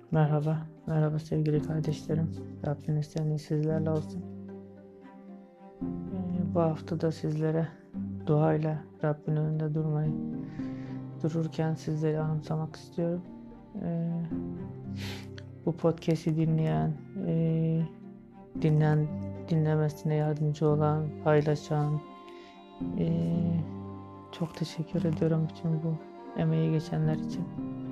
Merhaba sevgili kardeşlerim. Rabbin isteği sizlerle olsun. Bu hafta da sizlere duayla Rabbin önünde dururken sizleri anımsamak istiyorum. Bu podcast'i dinlemesine yardımcı olan, paylaşan, çok teşekkür ediyorum bütün bu emeği geçenler için.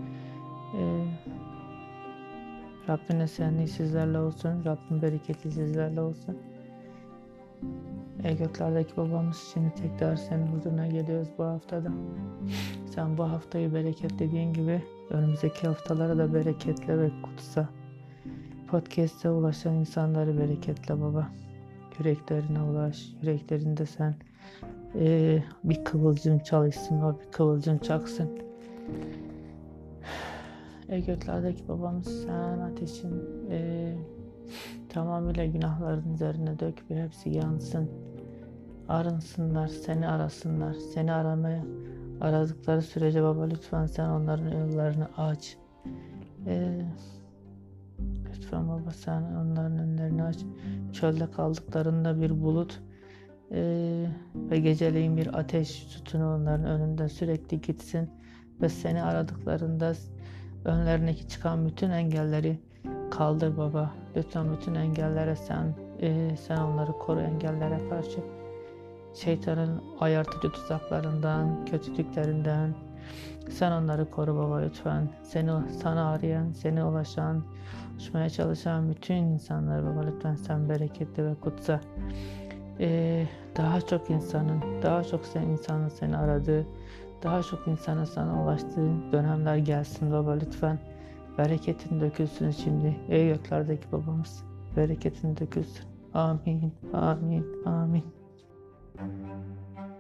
Rabbin esenliği sizlerle olsun. Rabbin bereketi sizlerle olsun. Göklerdeki babamız, şimdi tekrar senin huzuruna geliyoruz bu haftada. Sen bu haftayı bereketlediğin gibi önümüzdeki haftalara da bereketle ve kutsa. Podcast'e ulaşan insanları bereketle baba. Yüreklerine ulaş. Yüreklerinde sen bir kıvılcım çalışsın, o bir kıvılcım çaksın. Göklerdeki babamız, sen ateşin tamamıyla günahların üzerine dök ve hepsi yansın. Arınsınlar, seni arasınlar. Seni aradıkları sürece baba lütfen sen onların yollarını aç. Lütfen baba sen onların önlerini aç. Çölde kaldıklarında bir bulut ve geceleyin bir ateş sütunu onların önünden sürekli gitsin ve seni aradıklarında önlerindeki çıkan bütün engelleri kaldır baba. Lütfen bütün engellere sen onları koru, engellere karşı. Şeytanın ayartıcı tuzaklarından, kötülüklerinden sen onları koru baba lütfen. Sana arayan, seni ulaşan, ulaşmaya çalışan bütün insanları baba lütfen sen bereketli ve kutsa. Daha çok insanın seni aradığı, daha çok insanın sana ulaştığı dönemler gelsin baba lütfen. Bereketin dökülsün şimdi. Ey göklerdeki babamız, bereketin dökülsün. Amin, amin, amin.